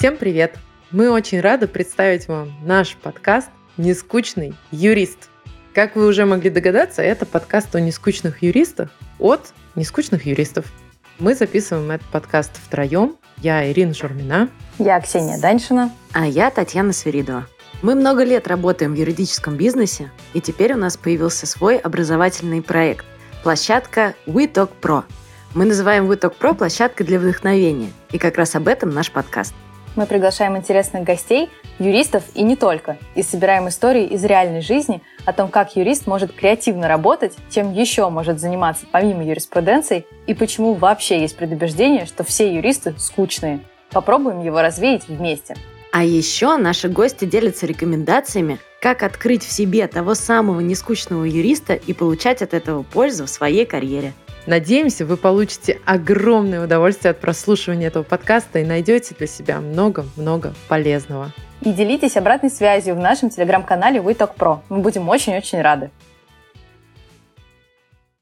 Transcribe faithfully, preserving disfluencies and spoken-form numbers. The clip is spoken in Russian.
Всем привет! Мы очень рады представить вам наш подкаст «Нескучный юрист». Как вы уже могли догадаться, это подкаст о нескучных юристах от нескучных юристов. Мы записываем этот подкаст втроем. Я Ирина Шурмина. Я Ксения Даньшина. А я Татьяна Свиридова. Мы много лет работаем в юридическом бизнесе, и теперь у нас появился свой образовательный проект – площадка WeTalk Pro. Мы называем WeTalk Pro площадкой для вдохновения, и как раз об этом наш подкаст. Мы приглашаем интересных гостей, юристов и не только, и собираем истории из реальной жизни о том, как юрист может креативно работать, чем еще может заниматься помимо юриспруденции и почему вообще есть предубеждение, что все юристы скучные. Попробуем его развеять вместе. А еще наши гости делятся рекомендациями, как открыть в себе того самого нескучного юриста и получать от этого пользу в своей карьере. Надеемся, вы получите огромное удовольствие от прослушивания этого подкаста и найдете для себя много-много полезного. И делитесь обратной связью в нашем телеграм-канале WeTalk Pro. Мы будем очень-очень рады.